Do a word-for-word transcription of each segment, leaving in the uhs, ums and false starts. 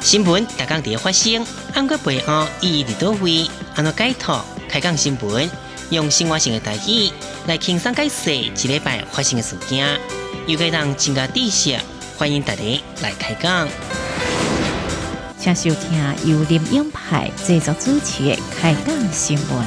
新闻大讲地发生，按个背后意义伫倒位，安怎解读？开讲新闻，用生活性的台语来轻松解释一礼拜发生的事件，又可以让增加知识。欢迎大家来开讲。 请收听由林永派制作主持的《开讲新闻》。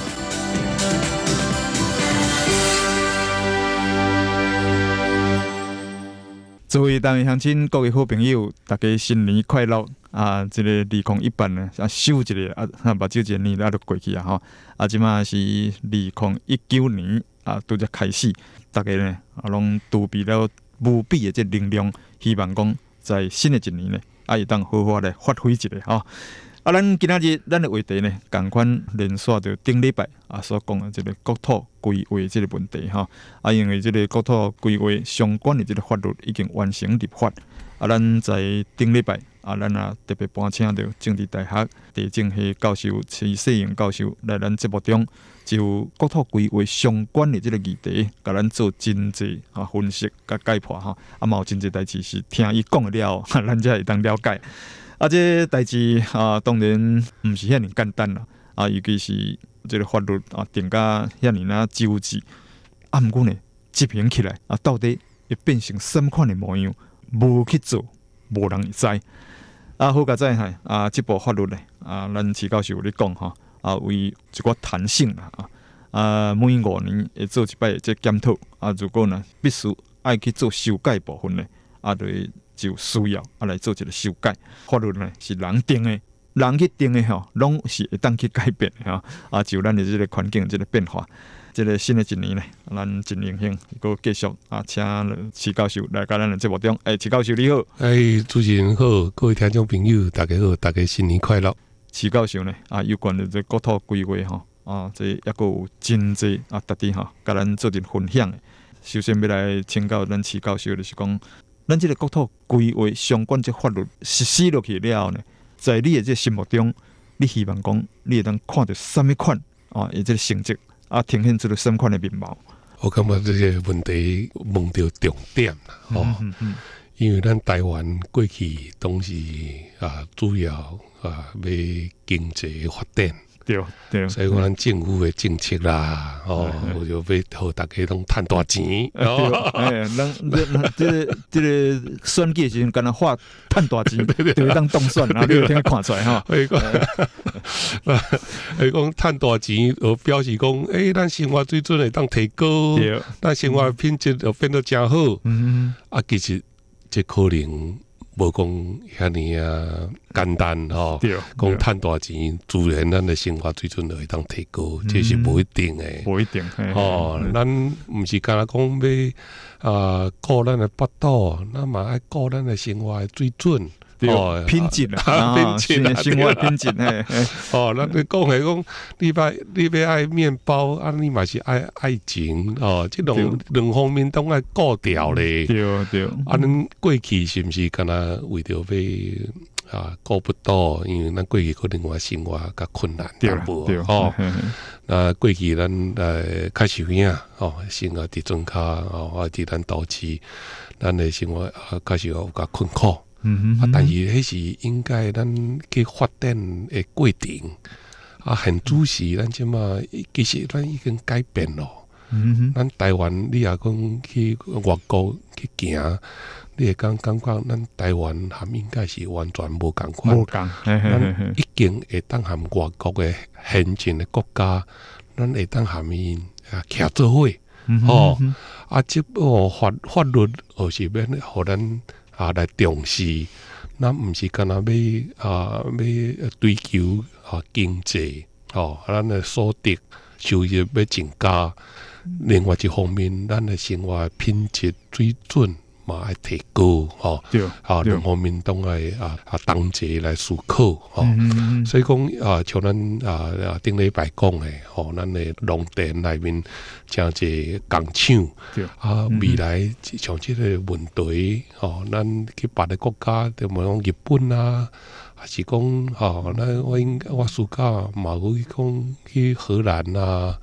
诸位台湾乡亲、各位好朋友，大家新年快乐！啊，这个二零一八呢，啊，休一个啊，目睭一个年啊，就过去啊吼。啊，即马是二零一九年啊，拄则开始，大家呢啊，拢储备了无比的这能量，希望讲在新的一年呢，啊，会当好好来发挥一下吼。啊，咱今仔日咱的话题呢，共款连续着顶礼拜啊所讲的这个国土规划这个问题吼。啊，因为这个国土规划相关的这个法律已经完成立法。啊，咱在顶礼拜啊，咱也特别搬请到政治大学地政系教授徐世荣教授来咱节目中，就国土规划相关的这个议题，甲咱做真济啊分析甲解剖哈。啊，嘛有真济代志是听伊讲了，咱才会当了解。啊，这代志啊，当然毋是遐尼简单啦。啊，尤其是这个法律啊，定甲遐尼啊周至，啊，毋过呢，执行起来啊，到底会变成什么款的模样？无去做，无人会知。啊，好佳哉哈！啊，这部法律呢，啊，咱徐教授有咧讲哈，啊，为一寡弹性啦啊，啊，每五年会做一摆这检讨。啊，如果呢必须爱去做修改部分呢，啊，就会就需要啊来做一个修改。法律呢是人定的，人去定的吼，拢是会当去改变的哈。啊，就咱的这个环境这个变化。这个新的一年呢，咱真荣幸，佮继续啊，请徐教授来到咱的节目中。诶，徐教授你好。 哎，主持人好，各位听众朋友，大家好，大家新年快乐。 徐教授呢，啊，有关的这国土规划吼，啊，这也个有真济啊，特地吼，甲咱做阵分享的。首先要来请教咱徐教授，就是讲，咱这个国土规划相关这法律实施落去了后呢，在你的这心目中，你希望讲，你会当看到什么款啊？伊这个成绩。啊，呈现出了什么款的面貌？ 我感觉这个问题问到重点啦，哦，嗯嗯嗯、因为咱台湾过去都是啊，主要啊要经济发展， 对对， 所以讲咱政府的政策啦，哦，我就要互大家拢赚大钱， 哦，哎，咱咱这个这个选举时阵，干那话赚大钱，就会当当选，然后你有听看出来哈。 所以讲，所以讲赚大钱，就表示讲，诶，咱生活水准会当提高，咱生活品质就变得真好。嗯，啊，其实这可能无讲遐尼啊简单吼，讲赚大钱，自然咱的生活水准就会当提高，这是无一定诶， 无一定。 哦，咱毋是干那讲要啊顾咱的腹肚，咱嘛爱顾咱的生活的水准。 哦，品质啊，品质啊，生活品质嘿。 哦，咱你讲诶讲，你要你要爱面包，啊，你嘛是爱爱情哦，即两两方面都爱顾掉咧。 对对。 啊，咱过去是毋是干那为着要啊顾不到？因为咱过去可能我生活较困难淡薄哦。啊，过去咱呃较受影哦，生活伫庄卡哦，啊伫咱都市，咱的生活啊较是有较困苦。嗯啊，但是迄是应该咱去发展的过程啊，很主席，咱即嘛其实咱已经改变咯。嗯咱台湾你也讲去外国去行，你会感感觉咱台湾含应该是完全无共款， 无共， 咱已经会当含外国的先进的国家，咱会当含因啊徛做伙，哦，啊，即个法法律或是免互咱。啊，来重视，咱毋是干那要啊要追求啊经济，哦，咱的所得收入要增加。另外一方面，咱的生活品质水准嘛爱提高，吼，啊，两方面都爱啊啊同齐来思考，吼、嗯。所以讲啊，像咱啊啊顶礼拜讲的，吼，咱的农田内面真侪工厂，啊，未来像即个问题，吼，咱去别个国家，就无讲日本啊，还是讲，吼，咱我应我暑假嘛会讲去荷兰啊。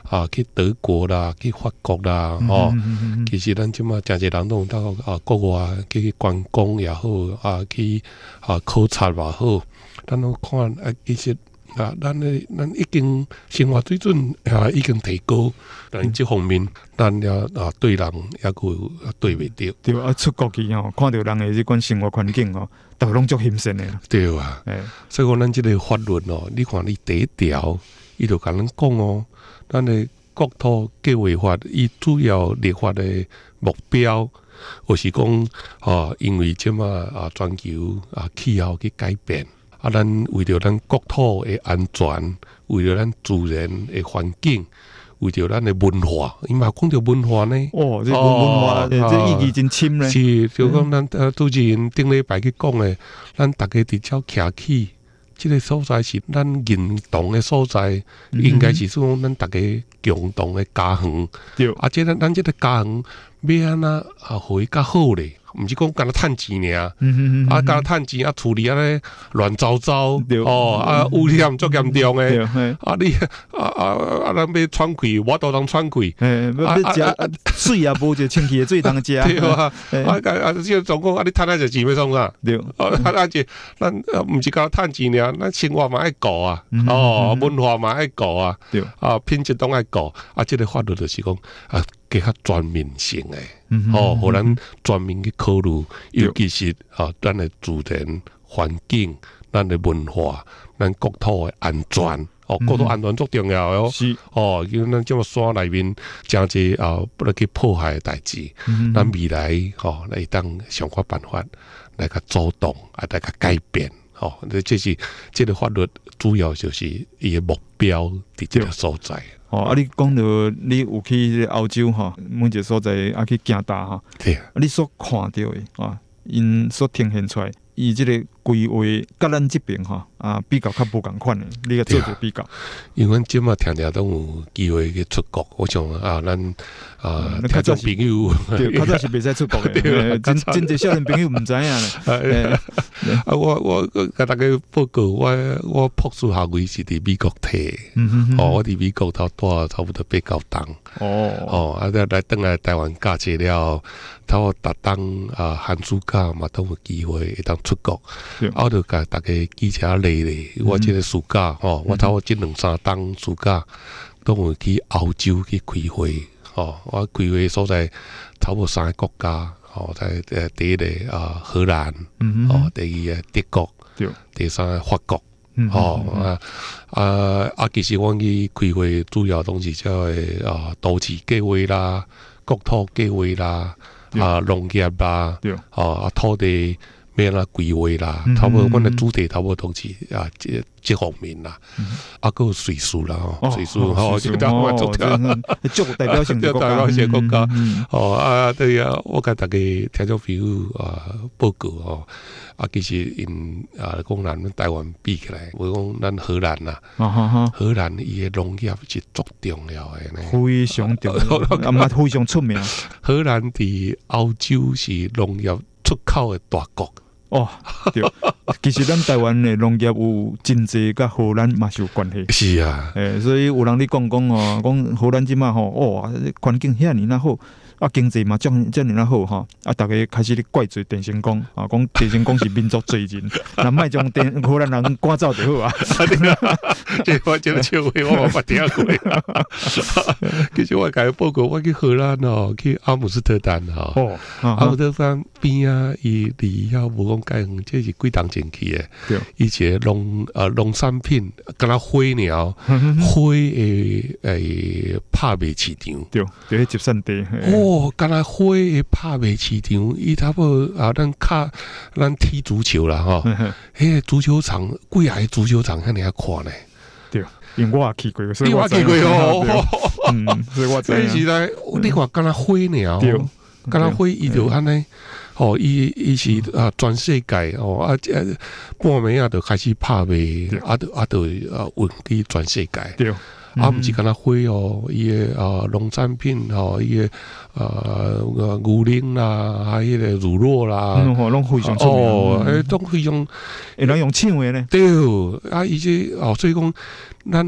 啊去德国啦，去法国啦，吼、嗯嗯嗯，其實咱即馬真濟人都到啊國外去觀光也好，啊去啊考察也好，咱都看啊其實。啊，咱诶，咱已經生活水準啊，已經提高，但即方面，咱也啊對人也有對袂着。 對啊，出國去吼，看到人誒即款生活環境吼，都攏足欣賞誒。 對啊，所以講咱即個法律哦，你看你第一條，伊就甲咱講哦，咱誒國土計劃法，伊主要立法誒目標，或是講哦，因為即馬啊全球啊氣候去改變。啊，咱為着咱國土的安全，為着咱自然的環境，為着咱的文化，伊嘛講着文化呢。 哦，這文文化，這意義真深呢。 是，就講咱呃，主持人頂禮拜去講的，咱大家佇遮徛起，這個所在是咱認同的所在，應該是說咱大家共同的家園。對。啊，這咱咱這個家園要安怎啊，互伊較好咧。毋是講干那趁錢爾，嗯、啊干那趁錢啊，處理啊咧亂糟糟，哦啊污染足嚴重誒，啊你啊啊啊咱要喘氣，我都通喘氣， 啊要食水也無就清氣誒水通食， 對啊，啊啊即總講啊你趁啊就錢要創啥？對，啊啊就咱毋是干那趁錢爾，咱生活嘛愛顧啊，哦文化嘛愛顧啊，啊品質都愛顧，啊即個法律就是講啊。較全面性誒，嗯、哦，互咱全面去考慮，尤其是啊，咱誒自然環境、咱誒文化、咱國土誒安全，哦，國土安全足重要哦。是，哦，因為咱即個山內面真濟啊，不能去破壞誒代誌，咱、嗯、未來哦來當想法辦法來個主動啊，來個改變，哦，這是這個法律主要就是伊誒目標佇這個所在。 哦，啊！你講到你有去歐洲吼，每一個所在啊去行踏吼，對啊，你所看到的啊，因所呈現出來，伊即個規劃甲咱這邊吼啊比較較無共款的，你個做者比較。 因為即馬常常都有機會去出國，我想啊，咱啊聽眾朋友， 對，較早是袂使出國的，真真濟少年朋友毋知影咧。 啊，我我甲大家報告，我我博士學位是佇美國摕，哦，我佇美國頭待差不多八九檔，哦，哦，啊，來轉來台灣教冊了，差不多逐檔啊寒暑假嘛都有機會會當出國，啊，我就甲大家記者嚟咧，我即個暑假，吼，我差不多即兩三檔暑假都有去歐洲去開會，吼，我開會所在差不多三個國家。哦，在誒第一個啊荷蘭，嗯、哦第二個德國，對第三個法國，嗯、哦啊啊啊！其實我去開會主要東西叫誒啊都市計劃啦、國土計劃啦、啊農業啦，哦啊土地咩啦規劃啦，差不多阮誒主題差不多都是啊即即方面啦，啊個瑞士啦，瑞士吼，即個我做條足代表性嘅國家， 代表性國家，哦啊對啊，我甲大家聽眾朋友啊報告吼，啊其實因啊講咱台灣比起來，我講咱荷蘭啦，荷蘭伊嘅農業是足重要嘅呢， 非常重要，啊嘛非常出名。 荷蘭佇歐洲是農業出口嘅大國。 哦，對，其實咱台灣的農業有真濟甲荷蘭嘛是有關係。 是啊， 誒，所以有人咧講講哦，講荷蘭即馬吼，哇，環境遐爾那好，啊，經濟嘛將遮爾那好吼，啊，大家開始咧怪罪電信公，啊，講電信公是民族罪人，那莫將電荷蘭人趕走就好啊。 這我這個笑話我冇聽過。其實我甲伊報告，我去荷蘭哦，去阿姆斯特丹吼，阿姆斯特丹邊啊，伊離遐無講介遠，這是幾檔前去誒。伊個農呃農產品，敢若花鳥，花誒誒拍賣市場， 對，就迄集散地。 哦，敢若花誒拍賣市場，伊差不多啊，咱卡咱踢足球啦吼，迄個足球場，幾下足球場遐爾看呢？ 對，因為我也去過， 所以我去過哦。 嗯，所以我知。 是來，你看敢若花鳥，敢若花伊就安尼。哦，伊伊是啊，全世界哦啊，半暝啊，就開始拍賣，啊，就啊，就啊，運去全世界。對，啊，毋是敢若花哦，伊個啊農產品吼，伊個啊牛奶啦，還有迄個乳酪啦， 攏非常出名。 哦，誒，都非常， 會當用搶誒呢？ 對，啊，伊這哦，所以講，咱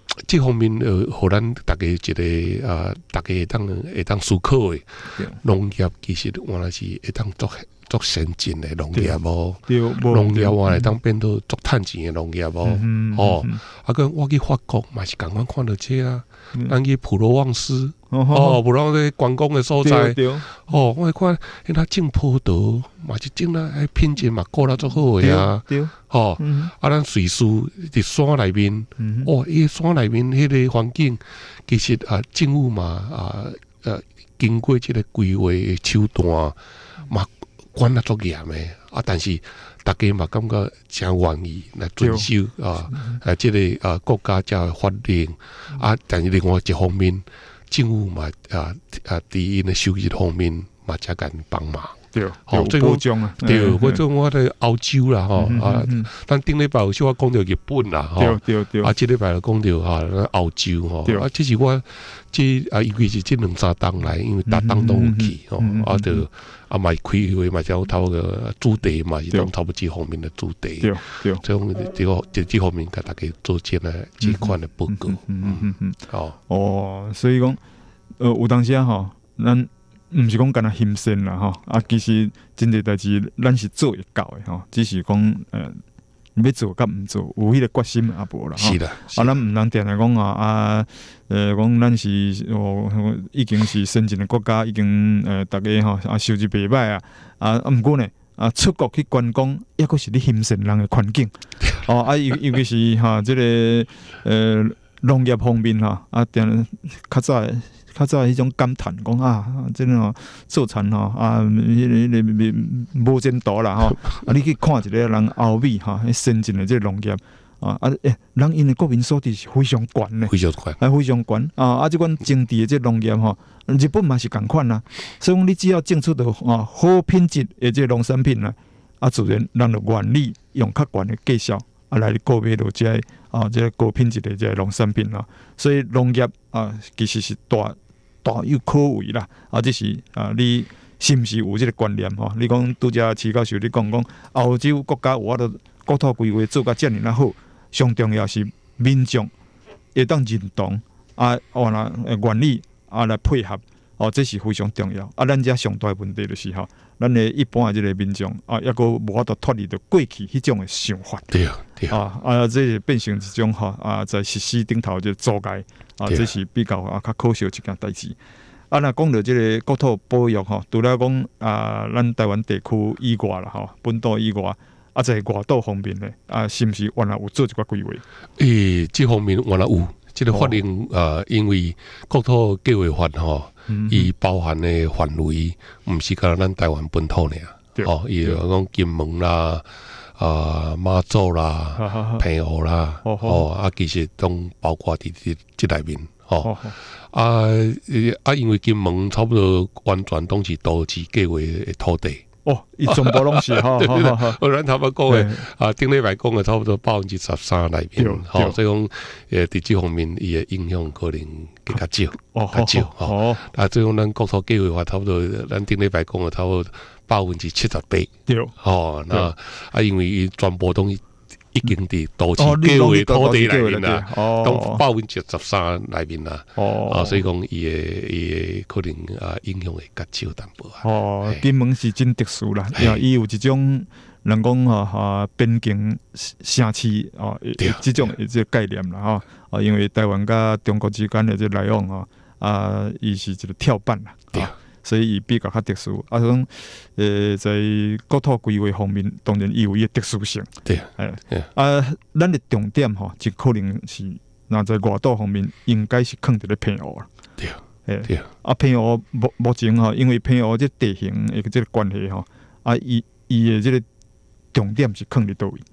这方面呃，互咱大家一个啊，大家会当会当思考的农业，其实原来是会当做做先进的农业无，农业原来当变做做趁钱的农业无，哦，啊，跟我去法国嘛是共款看到这啊，咱去普罗旺斯。哦，不然咧观光的所在，哦，我看迄那种葡萄嘛是种啦，迄品质嘛过得足好的啊，哦，啊，咱瑞士伫山内面，哦，伊山内面迄个环境，其实啊，政府嘛啊呃，经过即个规划的手段嘛管得足严的，啊，但是大家嘛感觉真愿意来遵守啊，啊，即个啊国家才会法令啊，但是另外一方面。政府嘛啊啊，伫因的收入方面嘛，才敢帮忙。 对，有保障啊。 对，或者我哋欧洲啦，吼啊，咱顶礼拜有说我讲到日本啦，吼， 对对对。 啊，即礼拜就讲到哈，欧洲吼，啊，这是我即啊，尤其是即两三档来，因为搭档都有去吼，啊，就啊，嘛开会嘛，就头个主题嘛，是讲差不多这方面的主题。 对对。 这种这个这这方面，甲大家做这呢这款的报告。 嗯嗯嗯。 哦哦，所以讲，呃，有当时啊，吼，咱。毋是讲干那欣赏啦吼，啊，其实真侪代志咱是做会到的吼，只是讲呃，要做甲毋做，有迄个决心也无啦吼。 是的， 啊，咱毋通定定讲啊啊，呃，讲咱是哦，已经是先进的国家，已经呃，逐个吼啊，收入袂歹啊，啊，啊，毋过呢，啊，出国去观光，抑阁是咧欣赏人的环境，哦，啊，尤尤其是哈，即、这个呃农业方面哈，啊，定较早。较早迄种感叹讲啊，即个吼做田吼啊，迄个迄个无前途啦吼。啊，你去看一个人欧美哈，先进的即个农业啊啊，诶，人因的国民素质是非常悬的， 非常悬， 啊非常悬啊！啊，即款种地的即农业吼，日本嘛是共款啦。所以讲，你只要种出到啊好品质的即农产品啦，啊，自然人就愿意用较悬的价销啊来购买到即个啊即个高品质的即农产品啦。所以农业啊，其实是大。大有可为啦，啊，这是啊，你是毋是有这个观念吼？你讲拄则徐教授你讲讲，欧洲国家有法度国土规划做甲遮尔啊好，上重要是民众会当认同啊，完啦愿意啊来配合，哦，这是非常重要。啊，咱遮上大问题就是吼，咱的一般的这个民众啊，抑个无法度脱离着过去迄种的想法。 对啊，对啊，啊，这是变成一种吼啊，在实施顶头就阻碍。啊，这是比较啊较可惜一件代志。啊，若讲到即个国土保育吼，除了讲啊，咱台湾地区以外啦吼，本岛以外，啊，在外岛方面咧，啊，是毋是原来有做一个规划？ 诶、欸，这方面原来有，这个法令、哦、呃，因为国土计划法吼，伊、嗯、包含的范围，毋是干咱台湾本土尔，哦，伊有讲金门啦。啊，马祖啦、澎湖啦，哦，啊，其实都包括伫即即内面，哦，啊，啊，因为金门差不多完全都是都市计划的土地， 哦，伊全部拢是，哈，哈哈。 我咱头先讲的啊，顶礼拜讲的差不多百分之十三内面，吼，所以讲，诶，伫即方面伊的影响可能更较少，较少，吼，啊，所以讲咱国土计划差不多，咱顶礼拜讲的差不多。百分之七十八， 对， 哦，那啊，因为伊全部都已经伫都市计划土地内面啦，都百分之十三内面啦，哦，啊，所以讲伊诶伊诶可能啊影响会较少淡薄啊。 哦，金门是真特殊啦，因为伊有一种人讲哈哈边境城市哦，即种即概念啦哈，啊，因为台湾甲中国之间的这来往哦，啊，伊是一个跳板啦，对。所以伊比较较特殊，啊，种呃，在国土规划方面，当然伊有伊的特殊性。 对， 哎，啊，咱的重点吼，就可能是，那在外岛方面，应该是放伫咧澎湖啦。 对，哎，对。 啊，澎湖目目前吼，因为澎湖这地形诶个这个关系吼，啊，伊伊的这个重点是放伫倒位？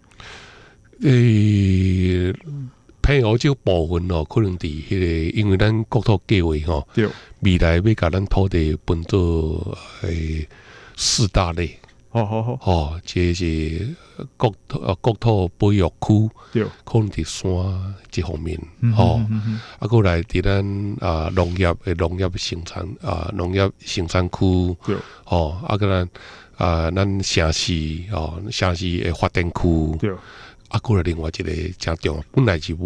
诶。澎湖这个部分哦，可能伫迄个，因为咱国土计划吼，未来要甲咱土地分做诶四大类。 好好好。 哦，这是国土啊国土保育区，可能伫山这方面。哦，啊，过来伫咱啊农业诶农业生产啊农业生产区。哦，啊，个咱啊咱城市哦城市诶发展区。啊，过来另外一个真重要，本来是无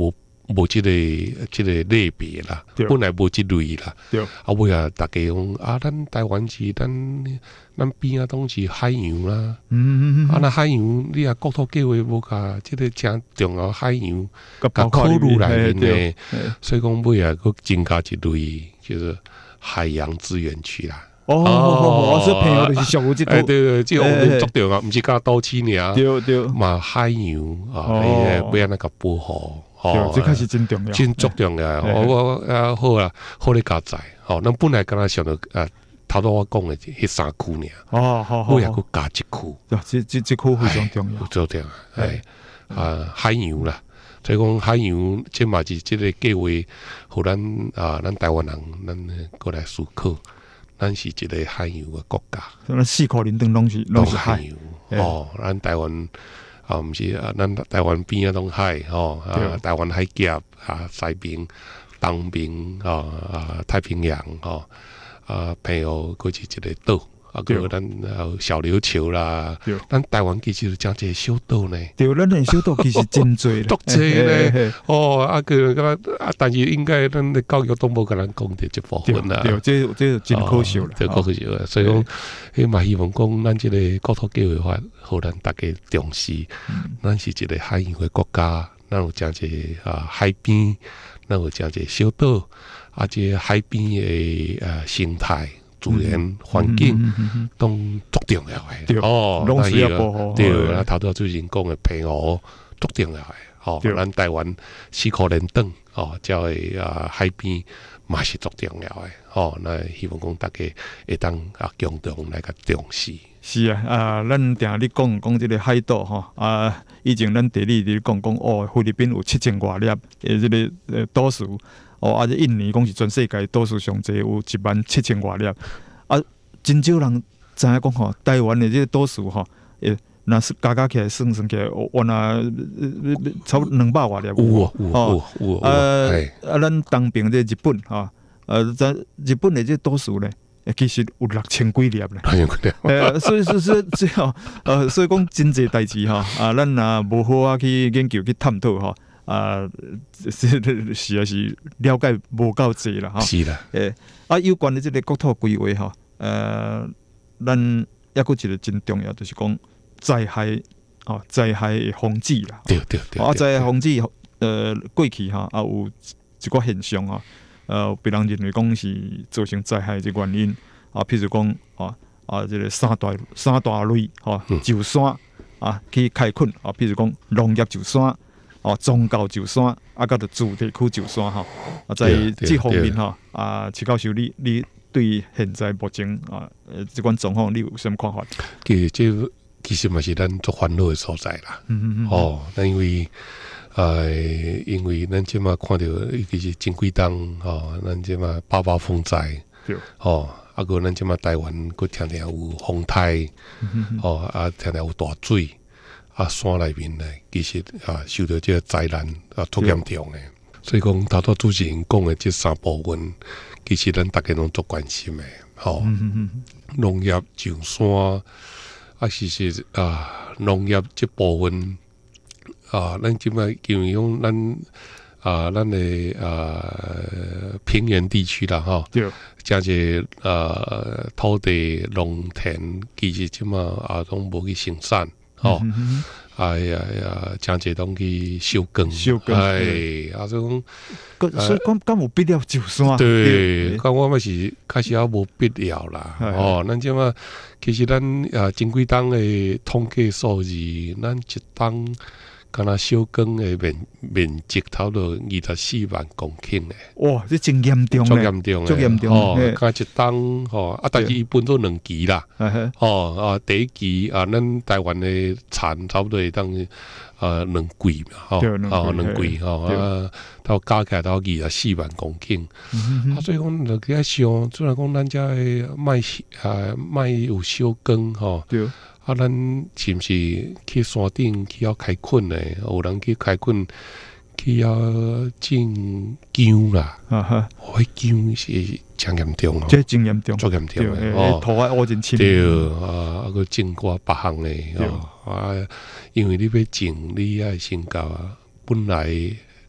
无即、這个即、這个类别啦，本来无即类啦。啊，尾啊，大家讲啊，咱台湾是咱咱边啊，拢是海洋啦。嗯嗯嗯。啊，那海洋你啊，国土计划无甲即个正重要海洋，甲考虑内面诶，所以讲尾啊，佮增加一类就是海洋资源区啦。 哦，我是朋友就是上有即个，对对，即个我们足重要，毋是甲岛市尔。 对对。 嘛，海洋啊，要安那甲保护。 哦，这开始真重要， 真足重要。我我啊好啊，好咧加载。吼，咱本来敢若想到啊，头拄我讲诶，迄三区尔。哦，好好。尾啊，佮加一区。 这这这区非常重要。 做重要，系啊，海洋啦。所以讲海洋，即嘛是即个计划，互咱啊，咱台湾人，咱过来思考，咱是一个海洋诶国家。 咱四块林顿拢是拢是海洋。哦，咱台湾。啊，毋是啊，咱台湾边啊，拢海吼啊，台湾海峡啊，西边、东边啊啊，太平洋吼啊，朋友过去一个岛，啊，个咱啊小琉球啦，咱台湾其实有真济小岛呢。 对，咱的小岛其实真多啦， 足济咧。哦，啊个啊，但是应该咱的教育都无甲咱讲到这部分啦。 对，这这真可惜啦， 这可惜啦。所以讲，迄嘛希望讲，咱这个国土计划法，互咱大家重视。咱是一个海洋的国家，咱有真济啊海边，咱有真济小岛，啊，这海边的呃生态。自然环境都足重要诶，哦， 拢需要保护。 对，啊，头拄最近讲诶澎湖足重要诶，哦，咱台湾四块连岛哦，叫诶啊海边嘛是足重要诶，哦，那希望讲大家会当啊共同来个重视。 是啊，啊，咱定咧讲讲即个海岛吼，啊，以前咱地理咧讲讲哦，菲律宾有七千外粒诶，即个呃岛屿。哦，啊！这印尼讲是全世界岛屿上侪有一万七千外粒，啊，真少人知影讲吼，台湾的这个岛屿吼，诶，若是加加起来算算起来，原来差不多两百外粒有哦，有有啊啊！咱东边这日本吼，呃，在日本的这岛屿咧，其实有六千几粒咧。 六千几粒。 诶，所以所以所以最后，呃，所以讲真济代志吼，啊，咱若无好啊去研究去探讨吼。啊，是是啊是了解无够济啦，哈。 是啦。 诶，啊，有关的这个国土规划吼，呃，咱抑佫一个真重要，就是讲灾害，哦，灾害的防治啦。 对对对。 啊，灾害防治，呃，过去哈，啊有一个现象啊，呃，别人认为讲是造成灾害的原因啊，譬如讲啊啊，这个三大三大类吼，就山啊去开垦啊，譬如讲农业就山。哦，宗教就山，啊，甲着主题区就山吼，啊，在这方面吼，啊，徐教授，你你对现在目前啊，呃，这款状况你有什么看法？ 其实这其实嘛是咱做烦恼的所在啦。嗯嗯嗯。哦，那因为呃，因为咱即马看到，尤其是前几冬哦，咱即马八八风灾，对，哦，啊个咱即马台湾，佮常常有风台，嗯、哦，啊，常常有大水。啊，山内面呢，其实啊，受到这个灾难啊，足严重诶。所以讲，头拄主持人讲诶，这三部分，其实咱大家拢足关心诶。吼、哦，农业、上山啊，其实啊，农业这部分啊，咱即摆因为讲咱啊，咱诶啊平原地区啦，吼，真侪啊土地农田，其实即摆啊拢无去生产。哦，嗯、哎呀呀，真侪拢去收耕， 收耕， 哎，啊，种， 所以讲，敢有必要就山？ 对，讲我们是开始也无必要啦。哦，咱即嘛，其实咱啊，前几冬的统计数字，咱一冬敢若收耕的面面积差不多二十四万公顷嘞。 哇，这真严重嘞，足严重足严重哦，敢一冬吼，啊，但是伊分做两期啦。哦啊，第一期啊，咱台湾的产差不多会当呃两季嘛，吼，哦两季吼啊，到加起来到二十四万公顷。啊，所以讲就去想，虽然讲咱遮的卖啊卖有收耕吼。啊，咱是毋是去山顶去要开垦呢？有人去开垦，去要种姜啦。啊哈，迄姜是真严重哦， 这真严重， 足严重诶！哦， 土啊，我真深。 对啊，啊个种过别项诶哦啊，因为你要种，你爱先搞啊，本来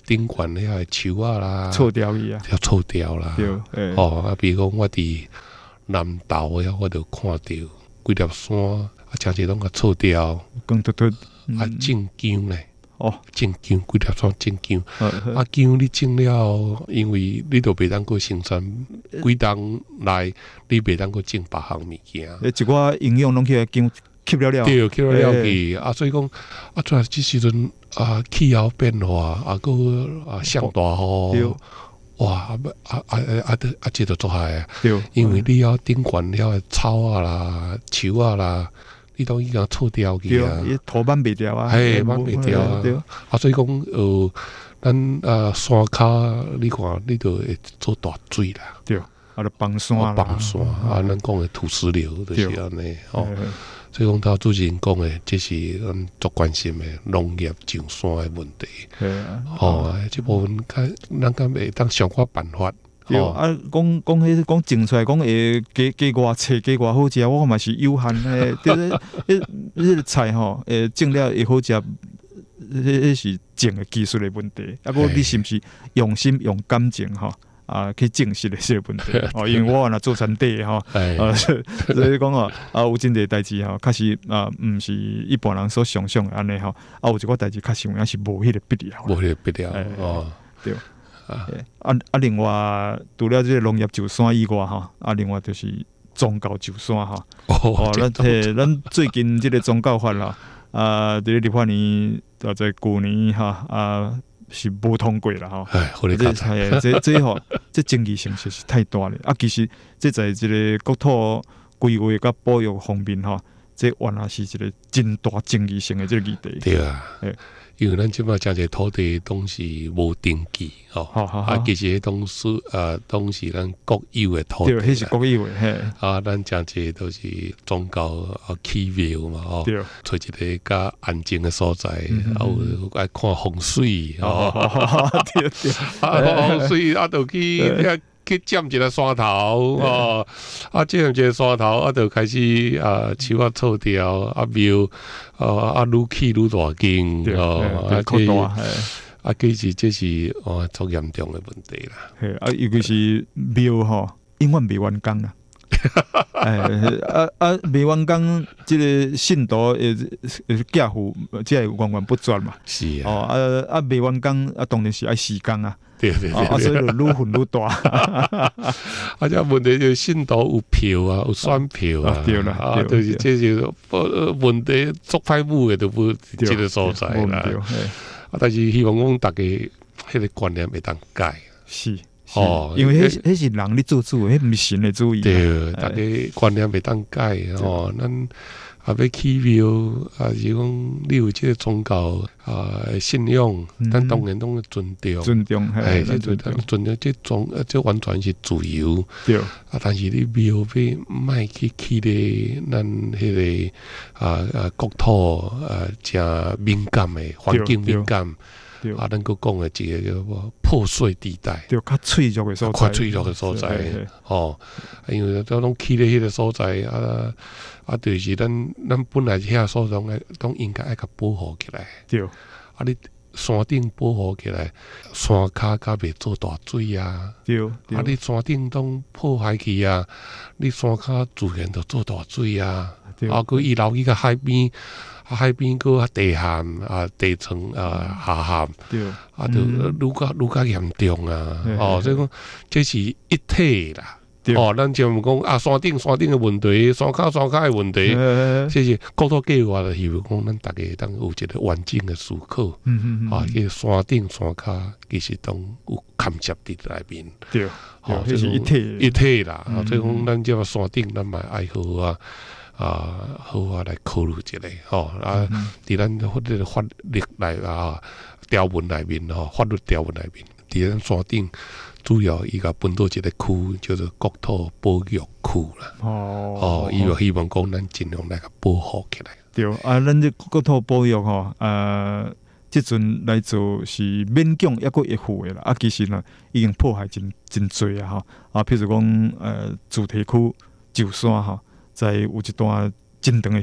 顶悬遐个树啊啦， 错掉伊啊， 要错掉啦。 对，欸、 哦，啊，比如讲我伫南投遐，我就看到几粒山，啊，真侪拢甲错掉， 光秃秃， 啊，种姜咧。 哦， 种姜，几粒山种姜，啊姜你种了，因为你都袂当过生产，几冬来你袂当过种别项物件。 诶，一寡营养拢去姜吸了了， 对，吸了了去。啊，所以讲啊，主要即时阵啊，气候变化，啊，个啊上大雨，哇，啊啊啊啊，啊，这就做害啊。对，因为你要顶悬了草啊啦、树啊啦。你都已经错掉去啊！ 土板袂掉啊， 嘿，板袂掉啊！啊，所以讲，呃，咱呃山骹，你看，你都会做大水啦。 对，啊，就崩山啦， 崩山啊，咱讲的土石流就是安尼哦。所以讲，他主持人讲的，这是咱足关心的农业上山的问题。哦，这部分看，咱敢会当想法办法。 对，啊，讲讲迄讲种出来，讲会加加偌册，加偌好食，我嘛是有限诶。对，迄迄个菜吼，诶，种了会好食，迄迄是种诶技术诶问题。啊，不过你是毋是用心用感情吼啊去证实诶这个问题？哦，因为我若做产地吼，啊，所以讲哦，啊，有真侪代志吼，确实啊，毋是一般人所想象诶安尼吼。啊，有一寡代志确实有影是无迄个必要， 无迄个必要哦， 对。啊啊！另外，除了这个农业就山以外，哈，啊，另外就是宗教就山哈。哦，咱嘿，咱最近这个宗教法啦，啊，伫立法年啊，在旧年哈啊是无通过啦哈。 哎，好哩卡彩。这这吼，这争议性实是太大了。啊，其实这在这个国土规划甲保育方面哈，这原来是一个真大争议性的这个议题。 对啊。因为咱即摆真侪土地拢是无登记吼，啊，其实迄拢是呃，拢是咱国有诶土地， 对，迄是国有诶，嘿， 啊，咱真侪都是宗教啊起庙嘛，吼，找一个较安静诶所在，啊，有爱看风水，吼， 对对， 啊，看风水啊，就去去占一个山头哦，啊，占一个山头啊，就开始啊，树啊错掉，啊庙啊啊愈起愈大间哦，啊这啊其实这是哦足严重的问题啦。 嘿，啊，尤其是庙吼，永远未完工啦。哎，啊啊，未完工，这个信徒诶寄付，即系源源不绝嘛。 是啊。 哦，啊啊，未完工啊，当然是爱时间啊。 对对对， 啊，所以就愈混愈大。 啊，这问题就是信徒有票啊，有选票啊， 对啦， 啊，就是这就问题足歹武的都不这个所在啦。啊，但是希望讲大家迄个观念会当改。 是。哦，因为迄迄是人咧做主，迄毋是神咧主意。 对，大家观念袂当改哦。咱啊要起庙啊，是讲你有即个宗教啊信仰，咱当然拢要尊重。 尊重， 哎，即尊重，尊重即宗，即完全是自由。 对。 啊，但是你庙要莫去起咧，咱迄个啊啊国土啊诚敏感诶，环境敏感。啊，咱佫讲诶一个叫破碎地带， 对，较脆弱诶所在， 较脆弱诶所在，哦，因为咱拢起咧迄个所在，啊啊，就是咱咱本来遐所在，拢应该爱甲保护起来， 对， 啊，你山顶保护起来，山骹甲袂做大水啊， 对， 啊，你山顶拢破坏去啊，你山骹自然就做大水啊，啊，佮伊流去个海边。啊，海边个啊地旱啊地层啊下陷， 对， 啊就愈加愈加严重啊！哦，所以讲这是一体啦。哦，咱就毋讲啊，山顶山顶的问题，山骹山骹的问题，这是国土计划的希望讲，咱大家当有一个完整的思考。嗯嗯啊，这山顶山骹其实拢有嵌接伫内面。 对，哦，这是一体一体啦。啊，所以讲咱这个山顶，咱嘛爱好啊。啊，好啊，来考虑一下吼啊！伫咱或者法律内啊条文内面吼，法律条文内面，伫咱山顶主要伊甲分到一个区，叫做国土保育区啦。哦，哦，伊就希望讲咱尽量来甲保护起来。 对啊，咱这国土保育吼，呃，即阵来做是勉强抑个会付的啦。啊，其实呢，已经破坏真真侪啊吼啊，譬如讲呃主题区、旧山吼。在有一段真长的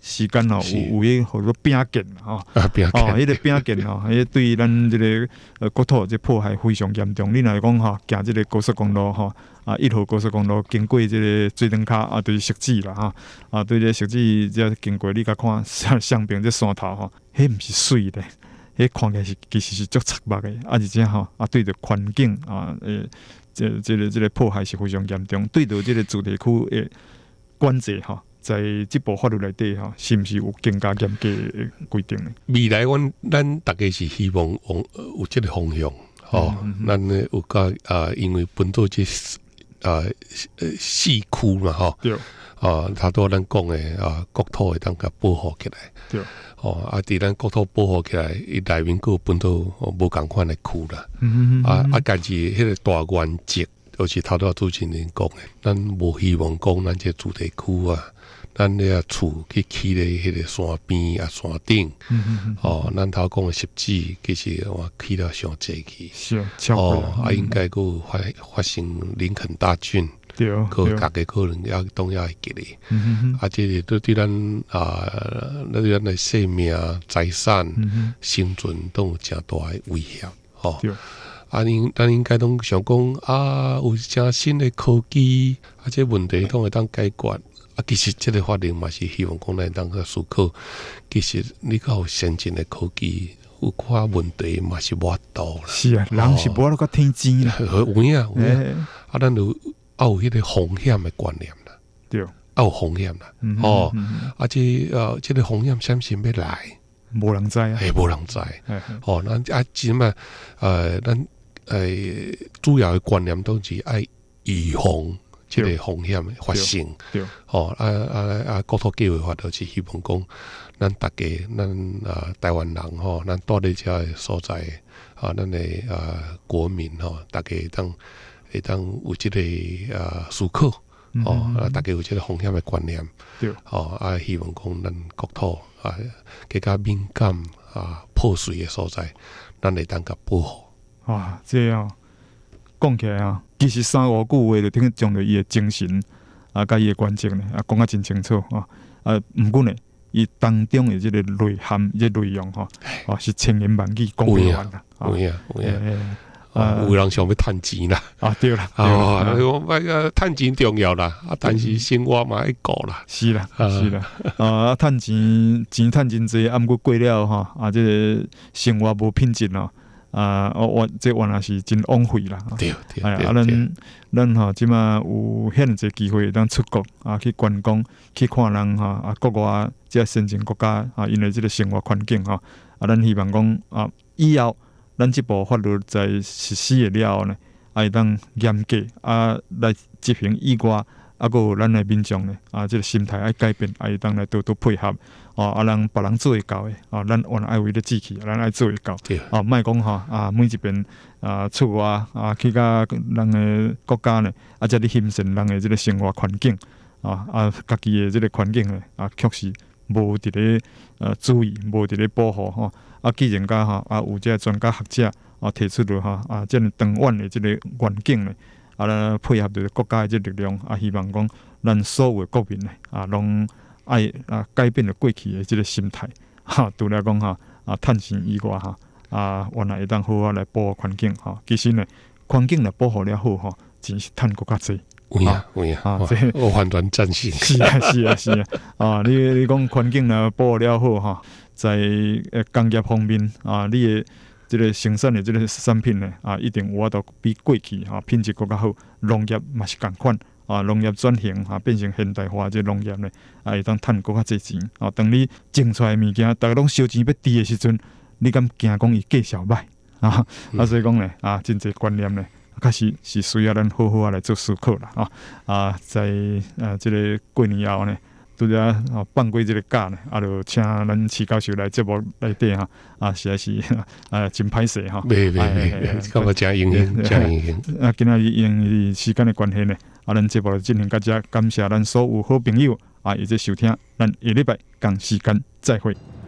时间吼、喔，有有迄个饼件吼， 啊饼件， 哦，迄、那个饼件吼，迄对咱即个呃国土即破坏非常严重。你若讲吼，行即个高速公路吼，啊一号高速公路经过即个水灯卡啊，就是石子啦吼，啊对这石子只经过，你甲看上上边这山头吼，迄毋是水的，迄看起来是其实是足赤目的，啊而且吼啊对着环境啊诶，这这个这个破坏是非常严重，对着这个主题区诶管制吼。在这部法律内底吼，是毋是有更加严格的规定呢？ 未来阮咱大家是希望往有这个方向，吼、嗯，咱呢有甲啊，因为本做这啊呃四区嘛，吼， 对， 啊，他都咱讲的啊，国土会当甲保护起来， 对， 哦，啊，伫咱国土保护起来，伊内面个本土无共款的区啦， 嗯、 啊啊，家己迄个大原则，就是头拄主持人讲的，咱无希望讲咱这主题区啊。咱咧啊厝去起咧迄个山边啊山顶， 嗯、 哦，咱头讲的十指其实我起到上济去， 是超过哦，啊应该个发发生林肯大郡， 对， 个大家可能要当要会记咧， 嗯、 啊，这个都对咱啊，对咱的生命、财产、 嗯、 生存都有诚大的威胁，哦。啊，应咱应该拢想讲啊，有诚新的科技，啊，这问题都会当解决。啊，其实这个法令嘛是希望讲咱当个思考，其实你较有先进的科技，有看问题嘛是无度啦。 是啊，人是无法度甲天钱啦。 有影有影，啊，咱有啊有迄个风险的观念啦。 对， 啊有风险啦。 嗯、 哦， 嗯、 啊这呃这个风险啥时要来？ 无人知啊， 嘿，无人知。哦，咱啊，即嘛呃，咱诶主要的观念都是爱预防。这个风险发生，哦啊啊啊！国土计划法就是希望讲，咱大家咱啊台湾人吼，咱住咧遮个所在啊，咱诶啊国民吼，大家会当会当有即个啊思考，哦啊，大家有即个风险诶观念，哦啊，希望讲咱国土啊更加敏感啊破碎诶所在，咱会当甲保护。 哇，这样讲起来啊。其实三五句话就等于将着伊的精神啊，甲伊的原则呢啊，讲啊真清楚啊。啊，毋过呢，伊当中的即个内涵、即个内容吼，啊是千言万语讲不完啦。 有影有影，啊，有人想要趁钱啦。 啊，对啦， 啊，我个趁钱重要啦，啊，但是生活嘛要顾啦。 是啦，是啦，啊，趁钱钱趁真济，啊，毋过过了吼，啊，即个生活无品质咯。啊，我我这原来是真枉费啦。 对对哎呀，啊，咱咱吼即马有遐尼济机会当出国啊，去观光，去看人哈啊，国外即先进国家啊，因为即个生活环境哈啊，咱希望讲啊，以后咱即部法律在实施的了后呢，啊，会当严格啊来执行以外，啊，个有咱的民众呢啊，即个心态爱改变，啊，会当来多多配合。哦，啊，人别人做会到的，啊，咱原来爱为了志气，咱爱做会到。哦，莫讲吼啊，每一边啊厝外啊去甲人诶国家呢，啊，则你欣赏人诶即个生活环境，啊啊，家己诶即个环境呢，啊，确实无伫咧呃注意，无伫咧保护吼。啊，既然甲吼啊有即个专家学者啊提出了吼啊，即个长远诶即个环境呢，啊，配合着国家诶即力量，啊，希望讲咱所有诶国民呢，啊，拢。爱啊改变了过去的这个心态，哈，除了讲哈啊趁钱以外哈啊，原来会当好好来保护环境哈。其实呢，环境来保护了好哈，钱是趁更加济。 有呀有呀，啊，这我hoàn全赞成。 是啊是啊是啊，啊，你你讲环境来保护了好哈，在呃工业方面啊，你的这个生产的这个产品呢啊，一定有法度比过去哈品质更加好。农业嘛是共款。啊，农业转型啊，变成现代化，这农业呢，啊，会当趁更较济钱啊。当你种出来物件，大家拢烧钱要低的时阵，你敢惊讲伊价小歹啊？嗯、啊，所以讲呢，啊，真济观念呢，确实是需要咱好好啊来做思考啦啊。啊，在呃这个过年后呢，拄则啊放过这个假呢，啊，就请咱徐教授来节目内底哈，啊，实在是啊真歹势哈。 袂袂袂，感觉真荣幸，真荣幸。 啊，今仔日因为时间的关系呢。啊，咱节目进行到这，感谢咱所有好朋友啊，以及收听，咱下礼拜同时间再会。